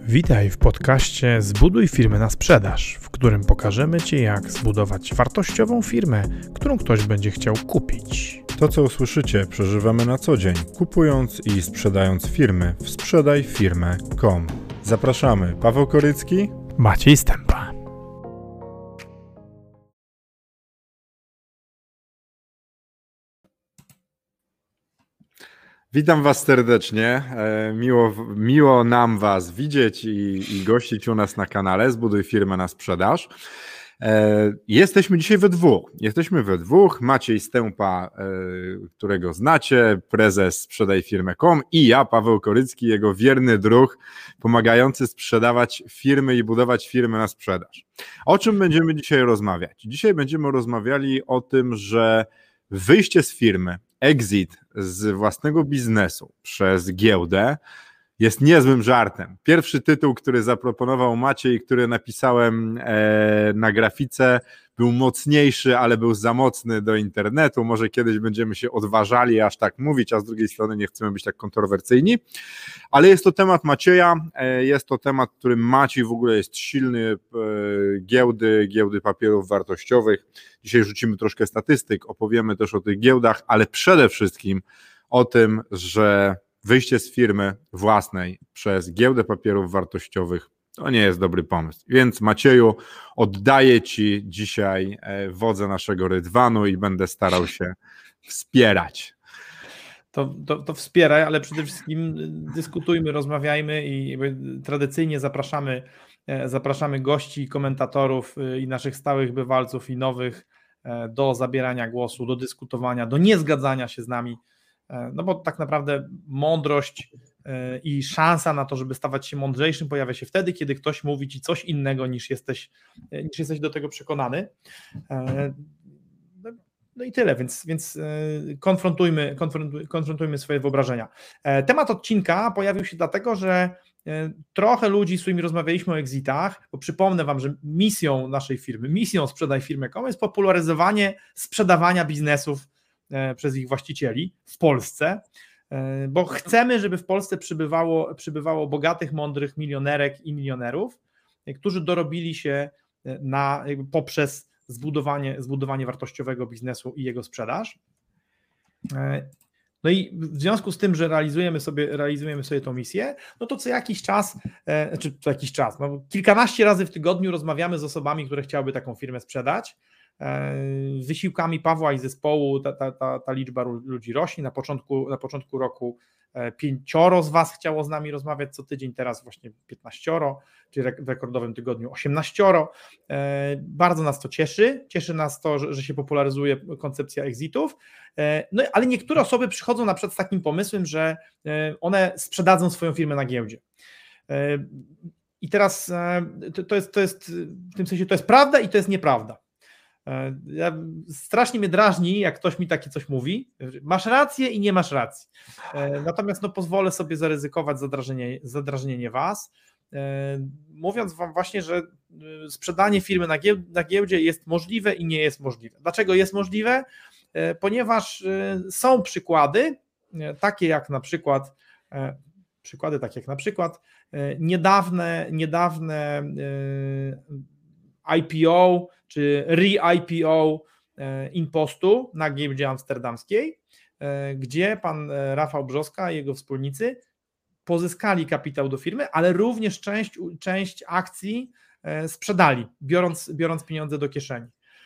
Witaj w podcaście Zbuduj firmę na sprzedaż, w którym pokażemy Ci, jak zbudować wartościową firmę, którą ktoś będzie chciał kupić. To, co usłyszycie, przeżywamy na co dzień, kupując i sprzedając firmy w sprzedajfirmę.com. Zapraszamy, Paweł Korycki, Maciej Stępa. Witam Was serdecznie. Miło nam Was widzieć i gościć u nas na kanale Zbuduj firmę na sprzedaż. Jesteśmy dzisiaj we dwóch. Maciej Stępa, którego znacie, prezes sprzedajfirmę.com, i ja, Paweł Korycki, jego wierny druh, pomagający sprzedawać firmy i budować firmy na sprzedaż. O czym będziemy dzisiaj rozmawiać? Dzisiaj będziemy rozmawiali o tym, że wyjście z firmy, exit z własnego biznesu przez giełdę jest niezłym żartem. Pierwszy tytuł, który zaproponował Maciej, który napisałem na grafice, był mocniejszy, ale był za mocny do internetu. Może kiedyś będziemy się odważali aż tak mówić, a z drugiej strony nie chcemy być tak kontrowersyjni. Ale jest to temat Macieja, jest to temat, którym Maciej w ogóle jest silny, giełdy papierów wartościowych. Dzisiaj rzucimy troszkę statystyk, opowiemy też o tych giełdach, ale przede wszystkim o tym, że wyjście z firmy własnej przez giełdę papierów wartościowych to nie jest dobry pomysł. Więc Macieju, oddaję Ci dzisiaj wodzę naszego rydwanu i będę starał się wspierać. To wspieraj, ale przede wszystkim dyskutujmy, rozmawiajmy i tradycyjnie zapraszamy gości, komentatorów i naszych stałych bywalców i nowych do zabierania głosu, do dyskutowania, do niezgadzania się z nami. No bo tak naprawdę mądrość i szansa na to, żeby stawać się mądrzejszym, pojawia się wtedy, kiedy ktoś mówi Ci coś innego niż jesteś do tego przekonany. No i tyle, więc konfrontujmy swoje wyobrażenia. Temat odcinka pojawił się dlatego, że trochę ludzi, z którymi rozmawialiśmy o exitach, bo przypomnę Wam, że misją naszej firmy, misją sprzedajfirmę.com jest popularyzowanie sprzedawania biznesów przez ich właścicieli w Polsce, bo chcemy, żeby w Polsce przybywało bogatych, mądrych milionerek i milionerów, którzy dorobili się poprzez zbudowanie wartościowego biznesu i jego sprzedaż. No i w związku z tym, że realizujemy sobie tą misję, no to kilkanaście razy w tygodniu rozmawiamy z osobami, które chciałyby taką firmę sprzedać. Wysiłkami Pawła i zespołu ta liczba ludzi rośnie. Na początku roku 5 z Was chciało z nami rozmawiać co tydzień, teraz właśnie 15, czyli w rekordowym tygodniu 18. Bardzo nas to cieszy. Cieszy nas to, że się popularyzuje koncepcja exitów. No ale niektóre osoby przychodzą na przykład z takim pomysłem, że one sprzedadzą swoją firmę na giełdzie. I teraz to jest w tym sensie to jest prawda i to jest nieprawda. Strasznie mnie drażni, jak ktoś mi takie coś mówi. Masz rację i nie masz racji. Natomiast pozwolę sobie zaryzykować zadrażnienie Was, mówiąc Wam właśnie, że sprzedanie firmy na giełdzie jest możliwe i nie jest możliwe. Dlaczego jest możliwe? Ponieważ są przykłady, takie jak na przykład niedawne IPO czy re-IPO Impostu na giełdzie amsterdamskiej, gdzie pan Rafał Brzoska i jego wspólnicy pozyskali kapitał do firmy, ale również część akcji sprzedali, biorąc pieniądze do kieszeni.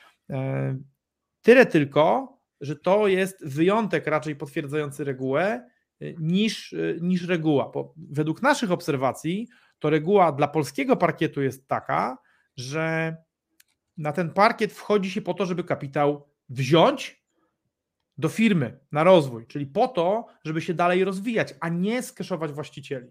Tyle tylko, że to jest wyjątek raczej potwierdzający regułę niż reguła. Bo według naszych obserwacji to reguła dla polskiego parkietu jest taka, że na ten parkiet wchodzi się po to, żeby kapitał wziąć do firmy na rozwój, czyli po to, żeby się dalej rozwijać, a nie skeszować właścicieli.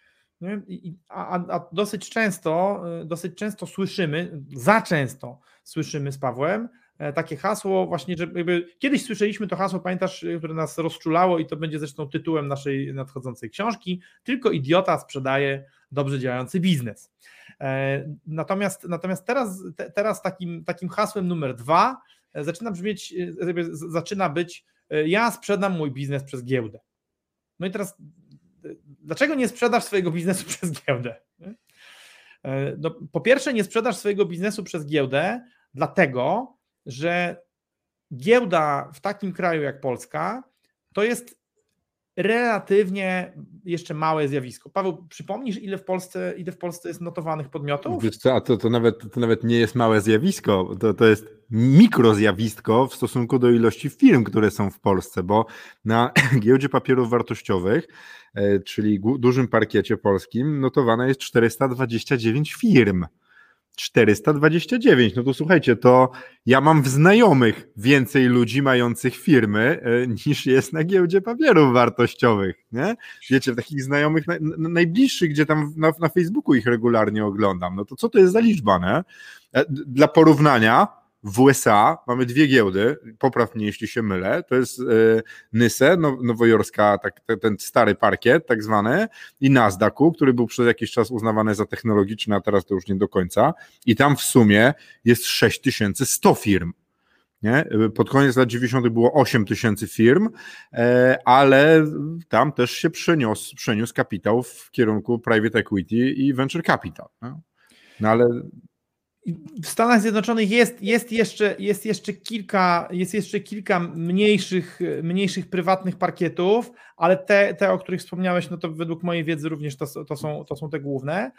A dosyć często słyszymy, za często słyszymy z Pawłem takie hasło właśnie, że kiedyś słyszeliśmy to hasło, pamiętasz, które nas rozczulało i to będzie zresztą tytułem naszej nadchodzącej książki: tylko idiota sprzedaje dobrze działający biznes. Natomiast teraz takim hasłem numer 2 zaczyna być: ja sprzedam mój biznes przez giełdę. No i teraz dlaczego nie sprzedasz swojego biznesu przez giełdę? No, po pierwsze, nie sprzedasz swojego biznesu przez giełdę, dlatego, że giełda w takim kraju jak Polska to jest relatywnie jeszcze małe zjawisko. Paweł, przypomnisz, ile w Polsce jest notowanych podmiotów? Wiesz co, a to nawet nie jest małe zjawisko, to jest mikrozjawisko w stosunku do ilości firm, które są w Polsce, bo na giełdzie papierów wartościowych, czyli dużym parkiecie polskim, notowane jest 429 firm. 429, no to słuchajcie, to ja mam w znajomych więcej ludzi mających firmy niż jest na giełdzie papierów wartościowych, nie? Wiecie, takich znajomych najbliższych, gdzie tam na Facebooku ich regularnie oglądam, no to co to jest za liczba, nie? Dla porównania, w USA mamy dwie giełdy, popraw mnie jeśli się mylę, to jest NYSE, nowojorska, ten stary parkiet tak zwany, i Nasdaqu, który był przez jakiś czas uznawany za technologiczny, a teraz to już nie do końca, i tam w sumie jest 6100 firm. Nie? Pod koniec lat 90. było 8000 firm, ale tam też się przeniósł kapitał w kierunku private equity i venture capital. Nie? No ale w Stanach Zjednoczonych jest jeszcze kilka mniejszych prywatnych parkietów, ale te, o których wspomniałeś, no to według mojej wiedzy również to są te główne.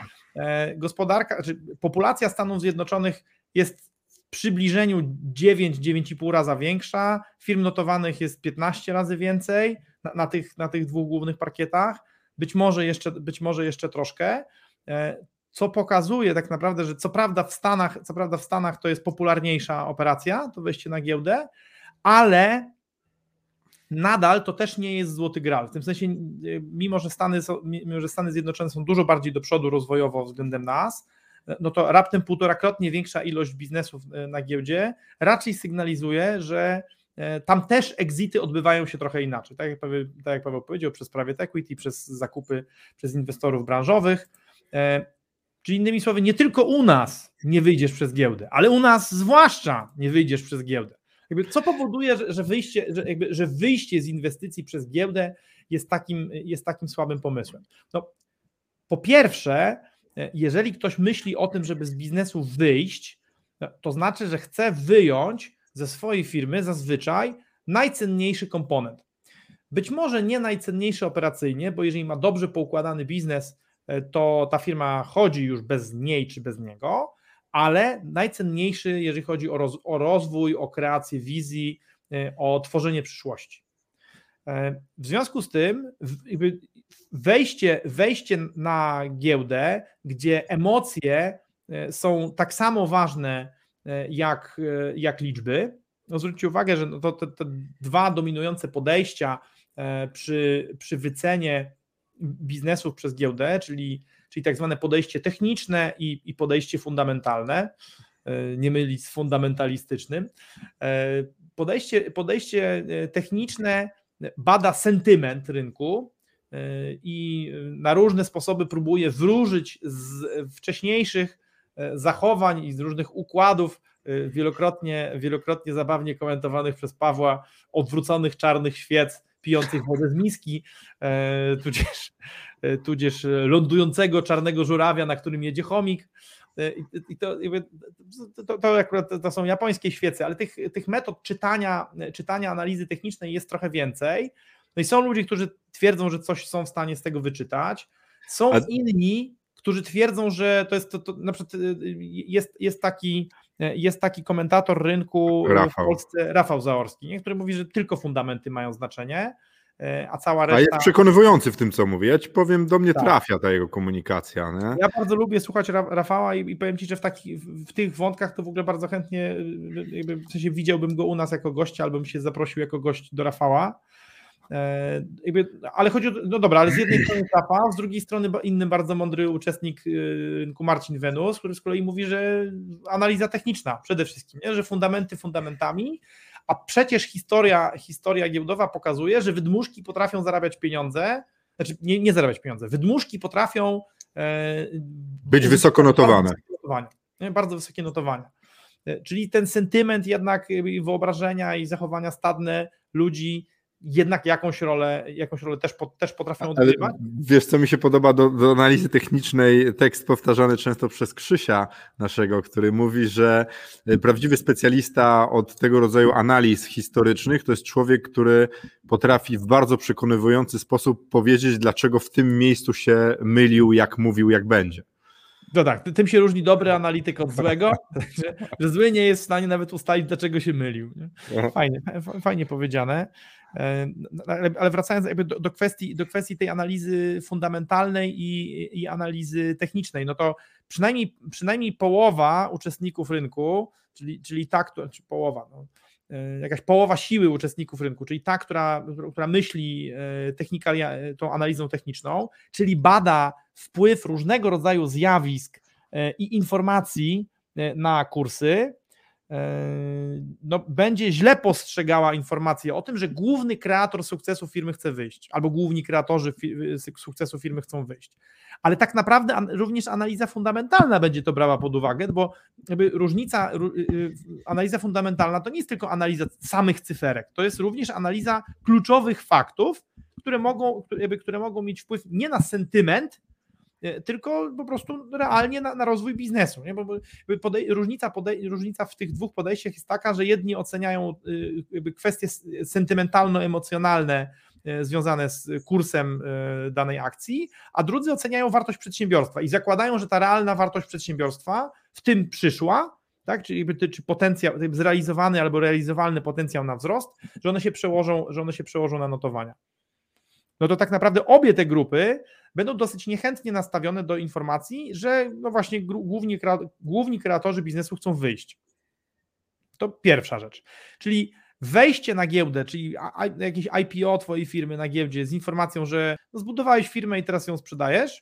Populacja Stanów Zjednoczonych jest w przybliżeniu 9,5 raza większa, firm notowanych jest 15 razy więcej na tych dwóch głównych parkietach, być może jeszcze troszkę. Co pokazuje tak naprawdę, że co prawda w Stanach to jest popularniejsza operacja, to wejście na giełdę, ale nadal to też nie jest złoty gral. W tym sensie, mimo że Stany Zjednoczone są dużo bardziej do przodu rozwojowo względem nas, no to raptem 1,5-krotnie większa ilość biznesów na giełdzie raczej sygnalizuje, że tam też exity odbywają się trochę inaczej. Tak jak Paweł powiedział, przez private equity, przez zakupy, przez inwestorów branżowych. Czyli innymi słowy, nie tylko u nas nie wyjdziesz przez giełdę, ale u nas zwłaszcza nie wyjdziesz przez giełdę. Co powoduje, że wyjście z inwestycji przez giełdę jest takim słabym pomysłem? No, po pierwsze, jeżeli ktoś myśli o tym, żeby z biznesu wyjść, to znaczy, że chce wyjąć ze swojej firmy zazwyczaj najcenniejszy komponent. Być może nie najcenniejszy operacyjnie, bo jeżeli ma dobrze poukładany biznes, to ta firma chodzi już bez niej czy bez niego, ale najcenniejszy, jeżeli chodzi o rozwój, o kreację wizji, o tworzenie przyszłości. W związku z tym wejście na giełdę, gdzie emocje są tak samo ważne jak liczby, no zwróćcie uwagę, że te dwa dominujące podejścia przy wycenie biznesów przez giełdę, czyli tak zwane podejście techniczne i podejście fundamentalne, nie mylić z fundamentalistycznym. Podejście techniczne bada sentyment rynku i na różne sposoby próbuje wróżyć z wcześniejszych zachowań i z różnych układów wielokrotnie zabawnie komentowanych przez Pawła odwróconych czarnych świec pijących wodę z miski, tudzież lądującego czarnego żurawia, na którym jedzie chomik. I to akurat to są japońskie świece, ale tych metod czytania analizy technicznej jest trochę więcej. No i są ludzie, którzy twierdzą, że coś są w stanie z tego wyczytać. Są inni, którzy twierdzą, że to jest na przykład jest taki komentator rynku w Polsce, Rafał Zaorski, nie? Który mówi, że tylko fundamenty mają znaczenie, a cała reszta... A jest przekonywujący w tym, co mówi. Ja ci powiem, do mnie trafia ta jego komunikacja. Nie? Ja bardzo lubię słuchać Rafała i powiem ci, że w tych wątkach to w ogóle bardzo chętnie, w sensie widziałbym go u nas jako gościa, albo bym się zaprosił jako gość do Rafała. Ale chodzi o, no dobra, ale z jednej strony Rafał, z drugiej strony inny bardzo mądry uczestnik rynku Marcin Wenus, który z kolei mówi, że analiza techniczna przede wszystkim, nie? Że fundamenty fundamentami, a przecież historia giełdowa pokazuje, że wydmuszki potrafią zarabiać pieniądze, znaczy nie zarabiać pieniądze, wydmuszki potrafią być wysoko notowane. Bardzo wysokie notowania. Czyli ten sentyment jednak wyobrażenia i zachowania stadne ludzi jednak jakąś rolę też potrafią odgrywać. Wiesz, co mi się podoba do analizy technicznej, tekst powtarzany często przez Krzysia naszego, który mówi, że prawdziwy specjalista od tego rodzaju analiz historycznych to jest człowiek, który potrafi w bardzo przekonywujący sposób powiedzieć, dlaczego w tym miejscu się mylił, jak mówił, jak będzie. No tak, tym się różni dobry analityk od złego, że zły nie jest w stanie nawet ustalić, dlaczego się mylił. Fajnie powiedziane. Ale wracając jakby do kwestii tej analizy fundamentalnej i analizy technicznej, no to przynajmniej połowa uczestników rynku, czyli ta, czy połowa, no, jakaś połowa siły uczestników rynku, czyli ta, która myśli tą analizą techniczną, czyli bada wpływ różnego rodzaju zjawisk i informacji na kursy, no, będzie źle postrzegała informację o tym, że główny kreator sukcesu firmy chce wyjść, albo główni kreatorzy sukcesu firmy chcą wyjść. Ale tak naprawdę również analiza fundamentalna będzie to brała pod uwagę, bo jakby analiza fundamentalna to nie jest tylko analiza samych cyferek, to jest również analiza kluczowych faktów, które mogą mieć wpływ nie na sentyment, tylko po prostu realnie na rozwój biznesu. Nie? Bo różnica w tych dwóch podejściach jest taka, że jedni oceniają kwestie sentymentalno-emocjonalne związane z kursem danej akcji, a drudzy oceniają wartość przedsiębiorstwa i zakładają, że ta realna wartość przedsiębiorstwa w tym przyszła, tak? Czy potencjał, zrealizowany albo realizowalny potencjał na wzrost, że one się przełożą na notowania. No to tak naprawdę obie te grupy będą dosyć niechętnie nastawione do informacji, że no właśnie główni kreatorzy biznesu chcą wyjść. To pierwsza rzecz. Czyli wejście na giełdę, czyli jakieś IPO twojej firmy na giełdzie z informacją, że zbudowałeś firmę i teraz ją sprzedajesz,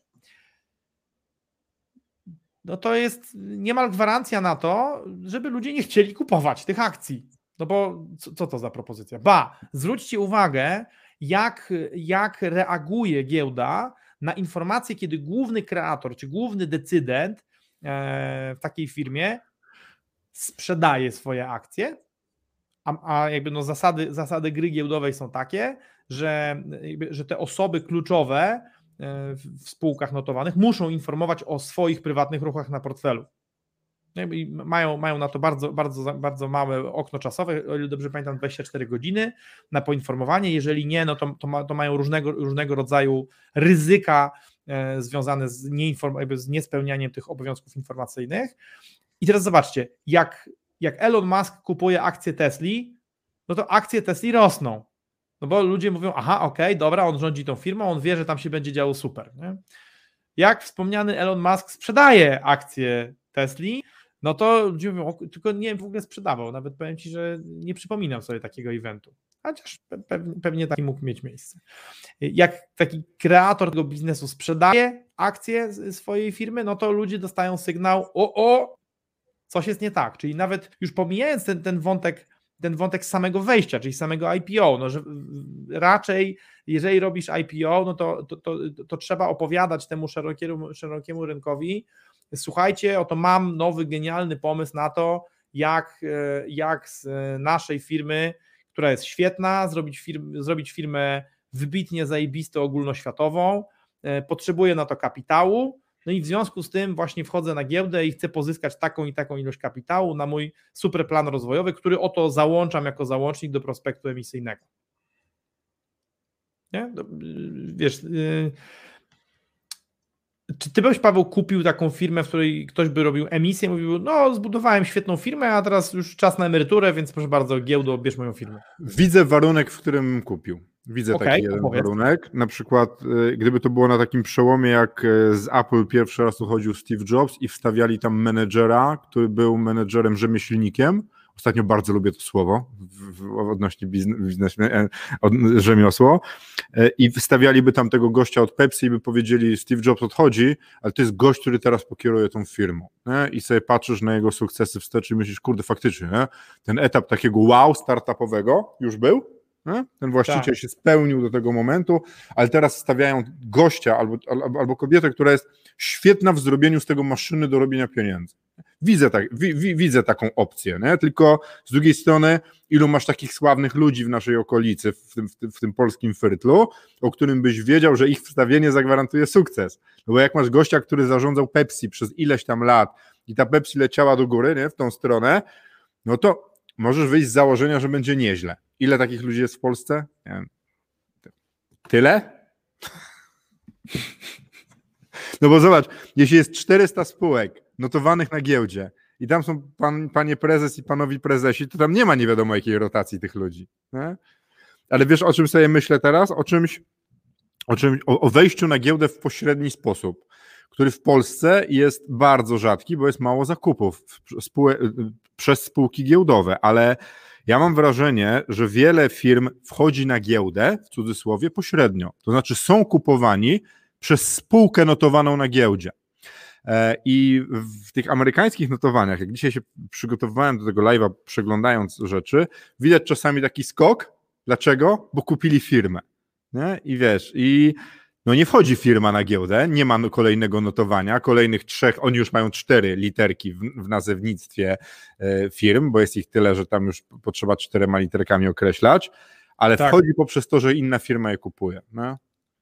no to jest niemal gwarancja na to, żeby ludzie nie chcieli kupować tych akcji. No bo co to za propozycja? Zwróćcie uwagę, jak reaguje giełda na informację, kiedy główny kreator czy główny decydent w takiej firmie sprzedaje swoje akcje, a jakby no zasady gry giełdowej są takie, że te osoby kluczowe w spółkach notowanych muszą informować o swoich prywatnych ruchach na portfelu. I mają na to bardzo, bardzo, bardzo małe okno czasowe, o ile dobrze pamiętam, 24 godziny na poinformowanie. Jeżeli nie, no to mają różnego rodzaju ryzyka związane z niespełnianiem tych obowiązków informacyjnych. I teraz zobaczcie, jak Elon Musk kupuje akcje Tesli, no to akcje Tesli rosną. No bo ludzie mówią, dobra, on rządzi tą firmą, on wie, że tam się będzie działo super. Nie? Jak wspomniany Elon Musk sprzedaje akcje Tesli, no to ludzie mówią, tylko nie w ogóle sprzedawał, nawet powiem Ci, że nie przypominam sobie takiego eventu, chociaż pewnie taki mógł mieć miejsce. Jak taki kreator tego biznesu sprzedaje akcje swojej firmy, no to ludzie dostają sygnał, coś jest nie tak, czyli nawet już pomijając ten wątek samego wejścia, czyli samego IPO, no że raczej jeżeli robisz IPO, no to trzeba opowiadać temu szerokiemu rynkowi, słuchajcie, oto mam nowy, genialny pomysł na to, jak z naszej firmy, która jest świetna, zrobić firmę wybitnie zajebistą, ogólnoświatową, potrzebuję na to kapitału, no i w związku z tym właśnie wchodzę na giełdę i chcę pozyskać taką i taką ilość kapitału na mój super plan rozwojowy, który oto załączam jako załącznik do prospektu emisyjnego. Nie? Wiesz, czy ty byś, Paweł, kupił taką firmę, w której ktoś by robił emisję, mówił, no zbudowałem świetną firmę, a teraz już czas na emeryturę, więc proszę bardzo, giełdo, bierz moją firmę. Widzę warunek, w którym kupił. Widzę taki jeden warunek. Na przykład, gdyby to było na takim przełomie, jak z Apple pierwszy raz uchodził Steve Jobs i wstawiali tam menedżera, który był menedżerem rzemieślnikiem. Ostatnio bardzo lubię to słowo odnośnie rzemiosło. I wstawialiby tam tego gościa od Pepsi i by powiedzieli, Steve Jobs odchodzi, ale to jest gość, który teraz pokieruje tą firmą. Nie? I sobie patrzysz na jego sukcesy wstecz i myślisz, kurde, faktycznie, nie? Ten etap takiego wow startupowego już był. Nie? Ten właściciel się spełnił do tego momentu, ale teraz stawiają gościa albo kobietę, która jest świetna w zrobieniu z tego maszyny do robienia pieniędzy. Widzę taką opcję, nie? Tylko z drugiej strony, ilu masz takich sławnych ludzi w naszej okolicy, w tym polskim fyrtlu, o którym byś wiedział, że ich wstawienie zagwarantuje sukces. No bo jak masz gościa, który zarządzał Pepsi przez ileś tam lat i ta Pepsi leciała do góry, nie? W tą stronę, no to możesz wyjść z założenia, że będzie nieźle. Ile takich ludzi jest w Polsce? Nie wiem. Tyle? No bo zobacz, jeśli jest 400 spółek notowanych na giełdzie i tam są panie prezes i panowie prezesi, to tam nie ma nie wiadomo jakiej rotacji tych ludzi. Nie? Ale wiesz, o czym sobie myślę teraz? O wejściu na giełdę w pośredni sposób, który w Polsce jest bardzo rzadki, bo jest mało zakupów przez spółki giełdowe, ale ja mam wrażenie, że wiele firm wchodzi na giełdę, w cudzysłowie, pośrednio. To znaczy są kupowani przez spółkę notowaną na giełdzie. I w tych amerykańskich notowaniach, jak dzisiaj się przygotowywałem do tego live'a, przeglądając rzeczy, widać czasami taki skok. Dlaczego? Bo kupili firmę. Nie? I wiesz, no nie wchodzi firma na giełdę, nie ma kolejnego notowania, kolejnych 3, oni już mają 4 literki w nazewnictwie firm, bo jest ich tyle, że tam już potrzeba 4 literkami określać, ale tak. Wchodzi poprzez to, że inna firma je kupuje. No?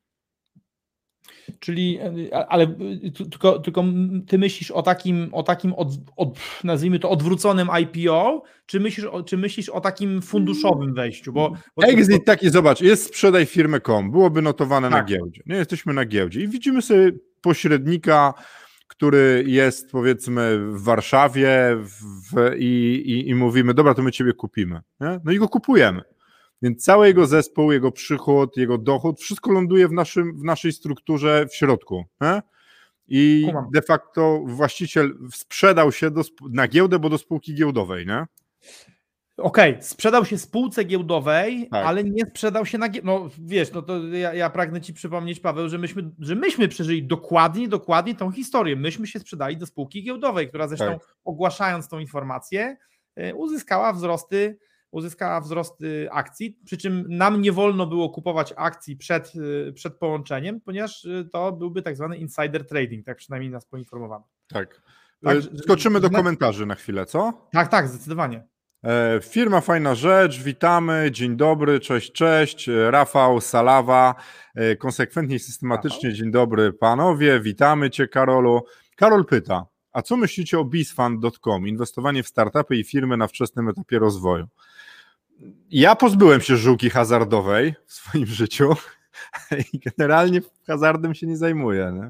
Czyli, ale tylko ty myślisz o takim nazwijmy to odwróconym IPO, czy myślisz o takim funduszowym wejściu? Bo Exit taki, zobacz, jest sprzedaj firmę.com, byłoby notowane na giełdzie. Nie, jesteśmy na giełdzie i widzimy sobie pośrednika, który jest powiedzmy w Warszawie i mówimy, dobra, to my ciebie kupimy. Nie? No i go kupujemy. Więc cały jego zespół, jego przychód, jego dochód, wszystko ląduje w naszej strukturze w środku. Nie? I de facto właściciel sprzedał się na giełdę, bo do spółki giełdowej, nie? Okej, sprzedał się spółce giełdowej, tak. Ale nie sprzedał się na giełdę. No wiesz, no to ja pragnę ci przypomnieć, Paweł, że myśmy przeżyli dokładnie tą historię. Myśmy się sprzedali do spółki giełdowej, która zresztą ogłaszając tą informację uzyskała wzrosty akcji, przy czym nam nie wolno było kupować akcji przed połączeniem, ponieważ to byłby tak zwany insider trading, tak przynajmniej nas poinformowano. Tak. Skoczymy do komentarzy na chwilę, co? Tak, zdecydowanie. Firma Fajna Rzecz, witamy, dzień dobry, cześć, Rafał, Salawa, konsekwentnie i systematycznie, dzień dobry panowie, witamy cię Karolu. Karol pyta, a co myślicie o bizfund.com, inwestowanie w startupy i firmy na wczesnym etapie rozwoju? Ja pozbyłem się żyłki hazardowej w swoim życiu i generalnie hazardem się nie zajmuję. Nie?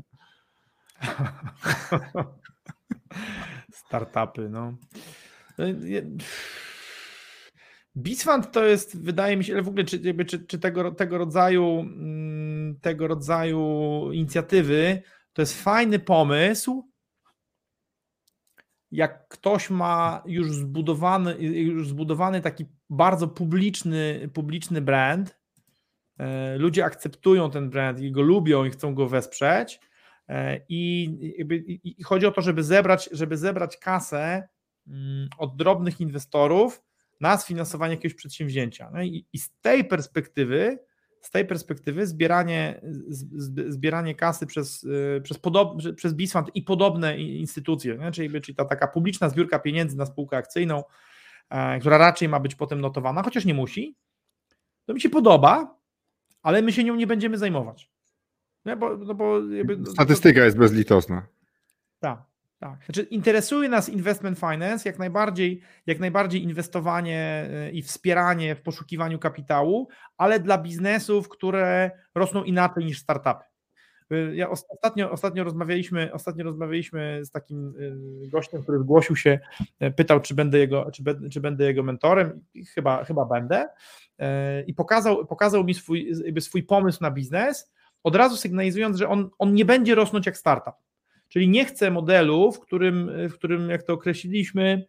Startupy, no. Bizfund to jest, wydaje mi się, ale w ogóle czy tego rodzaju inicjatywy to jest fajny pomysł, jak ktoś ma już zbudowany taki bardzo publiczny brand, ludzie akceptują ten brand i go lubią i chcą go wesprzeć i chodzi o to, żeby zebrać kasę od drobnych inwestorów na sfinansowanie jakiegoś przedsięwzięcia. No i z tej perspektywy zbieranie kasy przez bizfund i podobne instytucje, nie? Czyli ta taka publiczna zbiórka pieniędzy na spółkę akcyjną, która raczej ma być potem notowana, chociaż nie musi, to mi się podoba, ale my się nią nie będziemy zajmować. Nie? Statystyka jest bezlitosna. Tak. Znaczy interesuje nas investment finance, jak najbardziej inwestowanie i wspieranie w poszukiwaniu kapitału, ale dla biznesów, które rosną inaczej niż startupy. Ja ostatnio rozmawialiśmy z takim gościem, który zgłosił się, pytał, czy będę jego mentorem, i chyba będę, i pokazał mi swój pomysł na biznes, od razu sygnalizując, że on nie będzie rosnąć jak startup. Czyli nie chcę modelu, w którym jak to określiliśmy,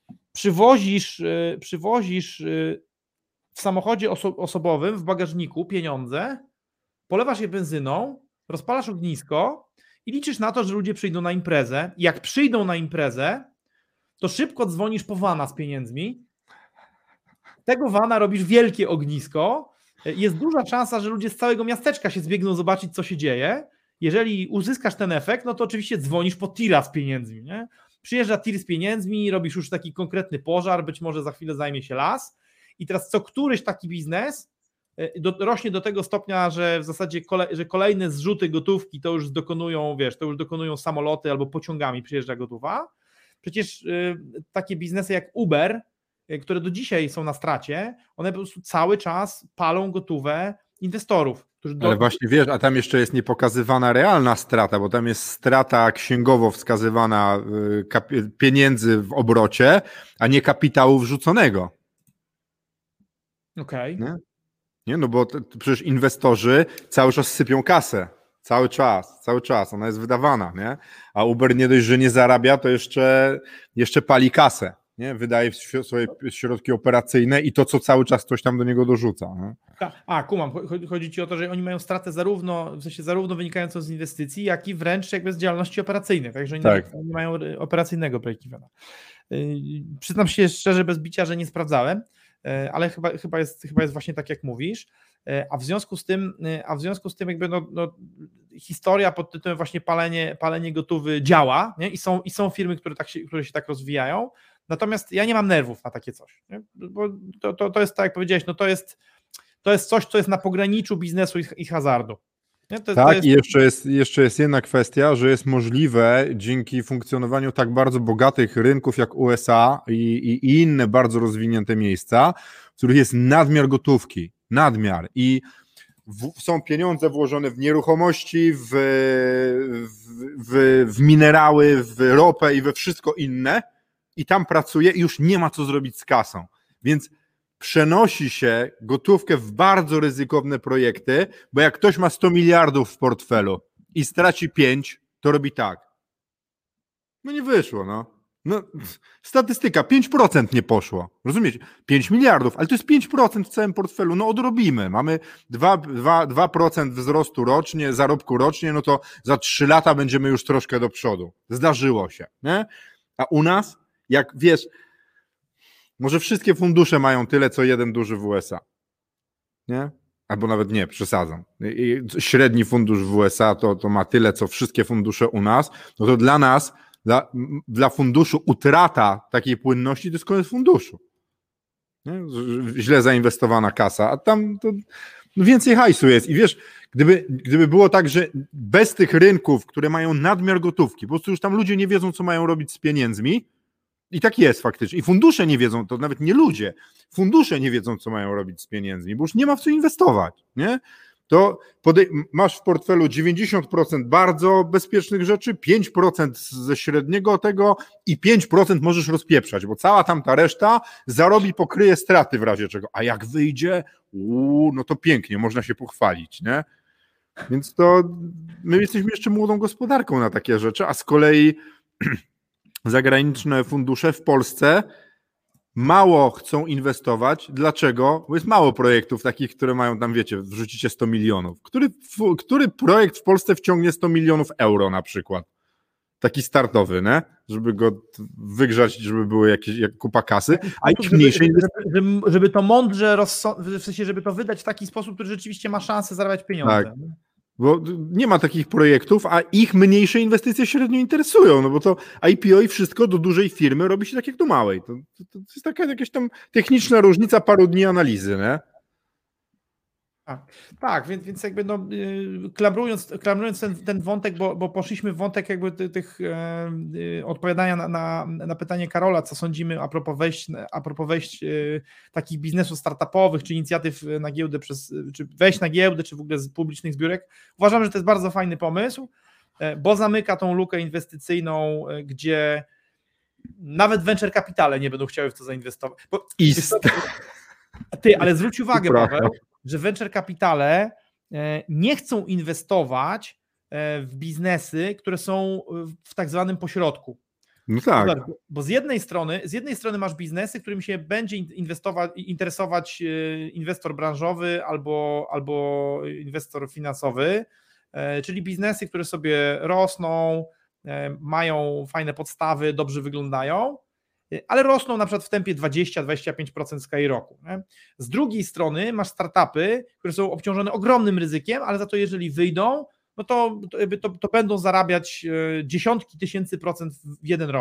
przywozisz w samochodzie osobowym, w bagażniku pieniądze, polewasz je benzyną, rozpalasz ognisko i liczysz na to, że ludzie przyjdą na imprezę. I jak przyjdą na imprezę, to szybko dzwonisz po vana z pieniędzmi, tego vana robisz wielkie ognisko, jest duża szansa, że ludzie z całego miasteczka się zbiegną zobaczyć, co się dzieje. Jeżeli uzyskasz ten efekt, no to oczywiście dzwonisz po tira z pieniędzmi, nie? przyjeżdża tir z pieniędzmi, robisz już taki konkretny pożar, być może za chwilę zajmie się las i teraz co któryś taki biznes rośnie do tego stopnia, że w zasadzie że kolejne zrzuty gotówki to już dokonują samoloty albo pociągami przyjeżdża gotowa. Przecież takie biznesy jak Uber, które do dzisiaj są na stracie, one po prostu cały czas palą gotówę inwestorów. Ale właśnie wiesz, a tam jeszcze jest niepokazywana realna strata, bo tam jest strata księgowo wskazywana pieniędzy w obrocie, a nie kapitału wrzuconego. Okej. Nie, no bo przecież inwestorzy cały czas sypią kasę. Cały czas. Ona jest wydawana, nie? A Uber nie dość, że nie zarabia, to jeszcze pali kasę. Nie? Wydaje swoje środki operacyjne i to, co cały czas ktoś tam do niego dorzuca. Nie? Kumam. Chodzi ci o to, że oni mają stratę zarówno wynikającą z inwestycji, jak i wręcz jakby z działalności operacyjnej. Także oni nie mają operacyjnego break-evena. Przyznam się szczerze, bez bicia, że nie sprawdzałem, ale chyba jest właśnie tak, jak mówisz. A w związku z tym jakby historia pod tytułem właśnie palenie gotówy działa, nie? I są firmy, które się tak rozwijają. Natomiast ja nie mam nerwów na takie coś, nie? Bo to jest tak jak powiedziałeś, to jest coś, co jest na pograniczu biznesu i hazardu. I jeszcze jest jedna kwestia, że jest możliwe dzięki funkcjonowaniu tak bardzo bogatych rynków jak USA i inne bardzo rozwinięte miejsca, w których jest nadmiar gotówki, i są pieniądze włożone w nieruchomości, w minerały, w ropę i we wszystko inne i tam pracuje i już nie ma co zrobić z kasą, więc przenosi się gotówkę w bardzo ryzykowne projekty, bo jak ktoś ma 100 miliardów w portfelu i straci 5, to robi tak. No nie wyszło, statystyka, 5% nie poszło, rozumiecie? 5 miliardów, ale to jest 5% w całym portfelu, odrobimy, mamy 2% wzrostu rocznie, zarobku rocznie, to za 3 lata będziemy już troszkę do przodu. Zdarzyło się, nie? A u nas, jak wiesz, może wszystkie fundusze mają tyle, co jeden duży w USA. Nie? Albo nawet nie, przesadzam. Średni fundusz w USA to ma tyle, co wszystkie fundusze u nas. No to dla nas, dla funduszu utrata takiej płynności to jest koniec funduszu. Nie? Źle zainwestowana kasa, a tam to więcej hajsu jest. I wiesz, gdyby było tak, że bez tych rynków, które mają nadmiar gotówki, po prostu już tam ludzie nie wiedzą, co mają robić z pieniędzmi, i tak jest faktycznie. I fundusze nie wiedzą, to nawet nie ludzie, fundusze nie wiedzą, co mają robić z pieniędzmi, bo już nie ma w co inwestować, nie? To masz w portfelu 90% bardzo bezpiecznych rzeczy, 5% ze średniego tego i 5% możesz rozpieprzać, bo cała tamta reszta pokryje straty w razie czego. A jak wyjdzie, no to pięknie, można się pochwalić, nie? Więc to my jesteśmy jeszcze młodą gospodarką na takie rzeczy, a z kolei zagraniczne fundusze w Polsce mało chcą inwestować. Dlaczego? Bo jest mało projektów takich, które mają tam, wiecie, wrzucicie 100 milionów. Który projekt w Polsce wciągnie 100 milionów euro na przykład? Taki startowy, nie? Żeby go wygrzać, żeby były jakieś kupa kasy, a ich mniejsze żeby to mądrze, w sensie, żeby to wydać w taki sposób, który rzeczywiście ma szansę zarabiać pieniądze. Tak. Bo nie ma takich projektów, a ich mniejsze inwestycje średnio interesują, bo to IPO i wszystko do dużej firmy robi się tak jak do małej. To jest taka jakaś tam techniczna różnica paru dni analizy, nie? Tak, więc jakby klamrując ten wątek, bo poszliśmy w wątek jakby tych odpowiadania na pytanie Karola, co sądzimy a propos wejść takich biznesów startupowych, czy inicjatyw na giełdę czy wejść na giełdę, czy w ogóle z publicznych zbiórek. Uważam, że to jest bardzo fajny pomysł, bo zamyka tą lukę inwestycyjną, gdzie nawet venture kapitale nie będą chciały w to zainwestować. Ale zwróć uwagę, Paweł, że venture kapitale nie chcą inwestować w biznesy, które są w tak zwanym pośrodku. No tak. Bo z jednej strony masz biznesy, którym się będzie interesować inwestor branżowy albo inwestor finansowy, czyli biznesy, które sobie rosną, mają fajne podstawy, dobrze wyglądają, ale rosną na przykład w tempie 20-25% skali roku. Nie? Z drugiej strony masz startupy, które są obciążone ogromnym ryzykiem, ale za to jeżeli wyjdą, no to będą zarabiać dziesiątki tysięcy procent w jeden rok.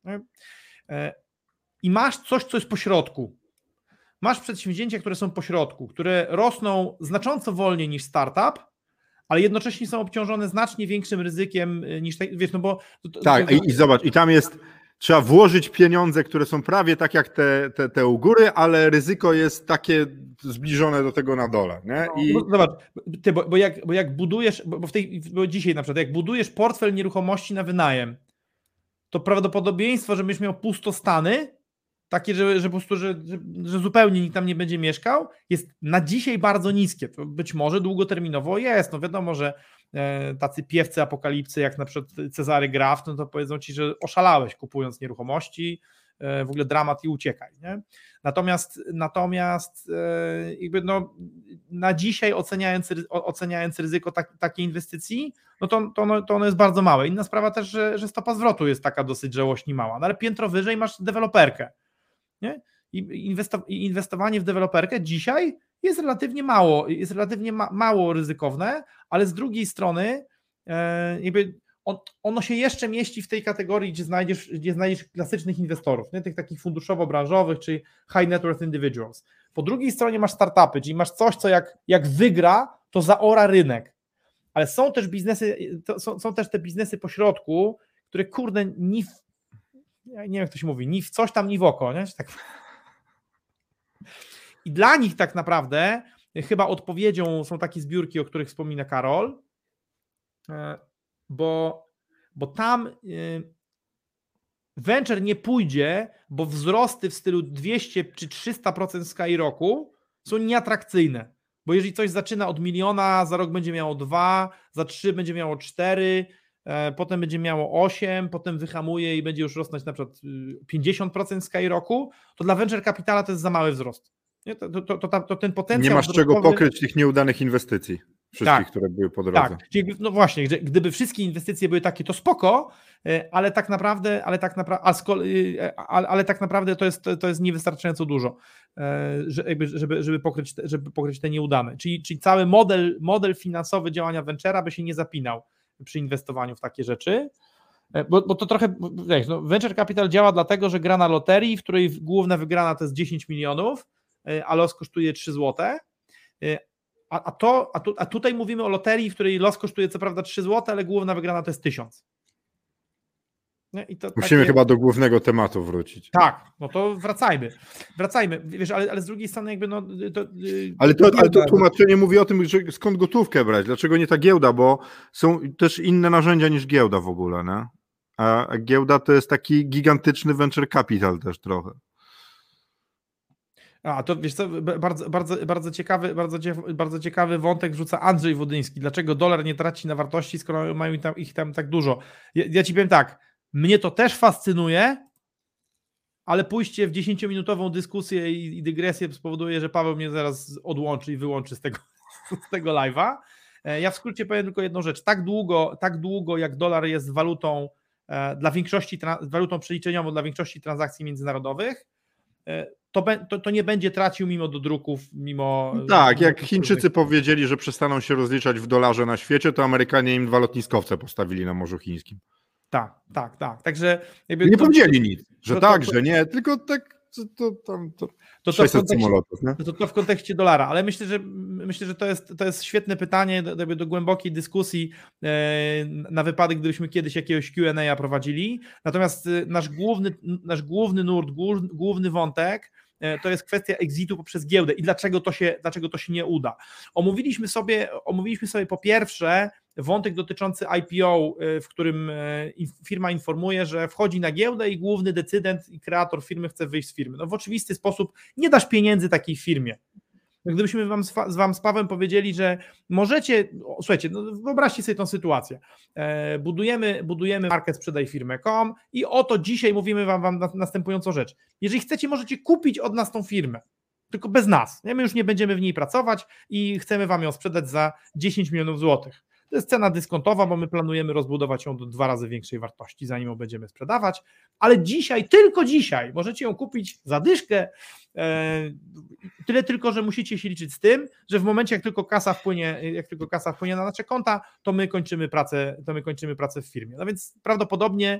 I masz coś, co jest pośrodku. Masz przedsięwzięcia, które są pośrodku, które rosną znacząco wolniej niż startup, ale jednocześnie są obciążone znacznie większym ryzykiem niż, wiesz, no bo... Tak, i zobacz, i tam jest, trzeba włożyć pieniądze, które są prawie tak jak te u góry, ale ryzyko jest takie zbliżone do tego na dole, nie? No, zobacz, bo jak budujesz, bo dzisiaj na przykład, jak budujesz portfel nieruchomości na wynajem, to prawdopodobieństwo, że będziesz miał pustostany, takie, że po prostu, że zupełnie nikt tam nie będzie mieszkał, jest na dzisiaj bardzo niskie. To być może długoterminowo jest. No wiadomo, że tacy piewcy apokalipsy, jak na przykład Cezary Graf, no to powiedzą ci, że oszalałeś kupując nieruchomości, w ogóle dramat i uciekaj. Nie? Natomiast jakby no, na dzisiaj oceniając ryzyko takiej inwestycji, no to ono jest bardzo małe. Inna sprawa też, że stopa zwrotu jest taka dosyć żałośnie mała, no ale piętro wyżej masz deweloperkę. Nie? I inwestowanie w deweloperkę dzisiaj jest relatywnie mało ryzykowne, ale z drugiej strony jakby ono się jeszcze mieści w tej kategorii, gdzie znajdziesz klasycznych inwestorów, nie? Tych takich funduszowo-branżowych, czy high net worth individuals. Po drugiej stronie masz startupy, czyli masz coś, co jak wygra, to zaora rynek. Ale są też są też te biznesy pośrodku, które kurde ja nie wiem jak to się mówi, ni w coś tam, ni w oko, nie? Tak. I dla nich tak naprawdę chyba odpowiedzią są takie zbiórki, o których wspomina Karol, bo tam venture nie pójdzie, bo wzrosty w stylu 200 czy 300% Skyroku są nieatrakcyjne, bo jeżeli coś zaczyna od 1 000 000, za rok będzie miało 2, za 3 będzie miało 4, potem będzie miało 8, potem wyhamuje i będzie już rosnąć na przykład 50% Skyroku, to dla venture capitala to jest za mały wzrost. Nie? To ten potencjał... Nie masz czego pokryć tych nieudanych inwestycji. Wszystkich, które były po drodze. Tak, czyli no właśnie, gdyby wszystkie inwestycje były takie, to spoko, ale tak naprawdę to jest niewystarczająco dużo, żeby pokryć te nieudane. Czyli cały model finansowy działania venture'a by się nie zapinał przy inwestowaniu w takie rzeczy, bo to trochę, no, venture capital działa dlatego, że gra na loterii, w której główna wygrana to jest 10 milionów, a los kosztuje 3 złote. A tutaj mówimy o loterii, w której los kosztuje co prawda 3 zł, ale główna wygrana to jest 1000. Musimy chyba do głównego tematu wrócić. Tak, no to wracajmy. Wiesz, ale z drugiej strony jakby Ale to tłumaczenie mówi o tym, że skąd gotówkę brać, dlaczego nie ta giełda, bo są też inne narzędzia niż giełda w ogóle, nie? A giełda to jest taki gigantyczny venture capital też trochę. A to wiesz co, bardzo ciekawy wątek wrzuca Andrzej Wodyński. Dlaczego dolar nie traci na wartości, skoro mają ich tam tak dużo? Ja ci powiem tak, mnie to też fascynuje, ale pójście w 10-minutową dyskusję i dygresję spowoduje, że Paweł mnie zaraz odłączy i wyłączy z tego live'a. Ja w skrócie powiem tylko jedną rzecz. Tak długo jak dolar jest walutą walutą przeliczeniową dla większości transakcji międzynarodowych, to nie będzie tracił mimo dodruków, mimo... Tak, jak Chińczycy powiedzieli, że przestaną się rozliczać w dolarze na świecie, to Amerykanie im 2 lotniskowce postawili na Morzu Chińskim. Tak. Także jakby nie powiedzieli nic, że że nie, tylko tak to 600 samolotów. To w kontekście dolara, ale myślę, że to jest świetne pytanie do głębokiej dyskusji na wypadek, gdybyśmy kiedyś jakiegoś Q&A prowadzili. Natomiast nasz główny nurt, główny wątek to jest kwestia exitu poprzez giełdę i dlaczego to się nie uda. Omówiliśmy sobie po pierwsze wątek dotyczący IPO, w którym firma informuje, że wchodzi na giełdę i główny decydent i kreator firmy chce wyjść z firmy. No w oczywisty sposób nie dasz pieniędzy takiej firmie. Gdybyśmy wam z Pawłem powiedzieli, że możecie, słuchajcie, no wyobraźcie sobie tą sytuację, budujemy markę sprzedaj firmę.com i oto dzisiaj mówimy wam następującą rzecz. Jeżeli chcecie, możecie kupić od nas tą firmę, tylko bez nas. My już nie będziemy w niej pracować i chcemy wam ją sprzedać za 10 milionów złotych. To jest cena dyskontowa, bo my planujemy rozbudować ją do 2 razy większej wartości, zanim ją będziemy sprzedawać, ale dzisiaj, tylko dzisiaj możecie ją kupić za dyszkę, tyle tylko, że musicie się liczyć z tym, że w momencie, jak tylko kasa wpłynie na nasze konta, to my kończymy pracę w firmie. No więc prawdopodobnie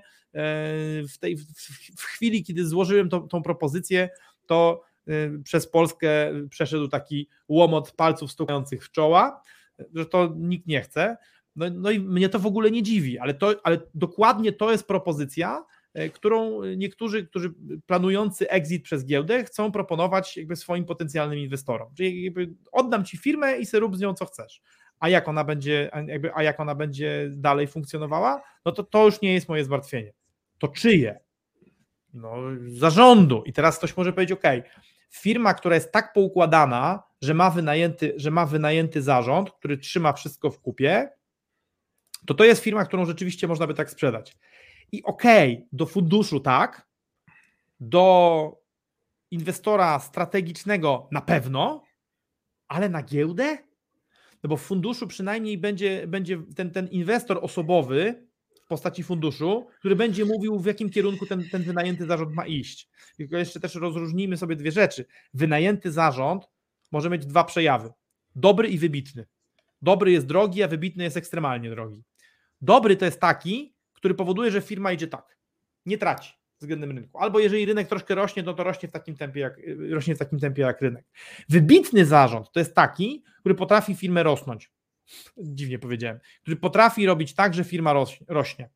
w chwili, kiedy złożyłem tą propozycję, to przez Polskę przeszedł taki łomot palców stukających w czoła, że to nikt nie chce. No i mnie to w ogóle nie dziwi, ale dokładnie to jest propozycja, którą niektórzy, którzy planujący exit przez giełdę, chcą proponować jakby swoim potencjalnym inwestorom. Czyli jakby oddam ci firmę i sobie rób z nią co chcesz. A jak ona będzie dalej funkcjonowała, no to już nie jest moje zmartwienie. To czyje? No, zarządu. I teraz ktoś może powiedzieć, firma, która jest tak poukładana, że ma wynajęty zarząd, który trzyma wszystko w kupie, to jest firma, którą rzeczywiście można by tak sprzedać. I do funduszu tak, do inwestora strategicznego na pewno, ale na giełdę? No bo w funduszu przynajmniej będzie ten inwestor osobowy w postaci funduszu, który będzie mówił, w jakim kierunku ten wynajęty zarząd ma iść. Tylko jeszcze też rozróżnijmy sobie dwie rzeczy. Wynajęty zarząd może mieć 2 przejawy. Dobry i wybitny. Dobry jest drogi, a wybitny jest ekstremalnie drogi. Dobry to jest taki, który powoduje, że firma idzie tak. Nie traci względem rynku. Albo jeżeli rynek troszkę rośnie, to rośnie w takim tempie jak rynek. Wybitny zarząd to jest taki, który potrafi firmę rosnąć. Dziwnie powiedziałem. Który potrafi robić tak, że firma rośnie.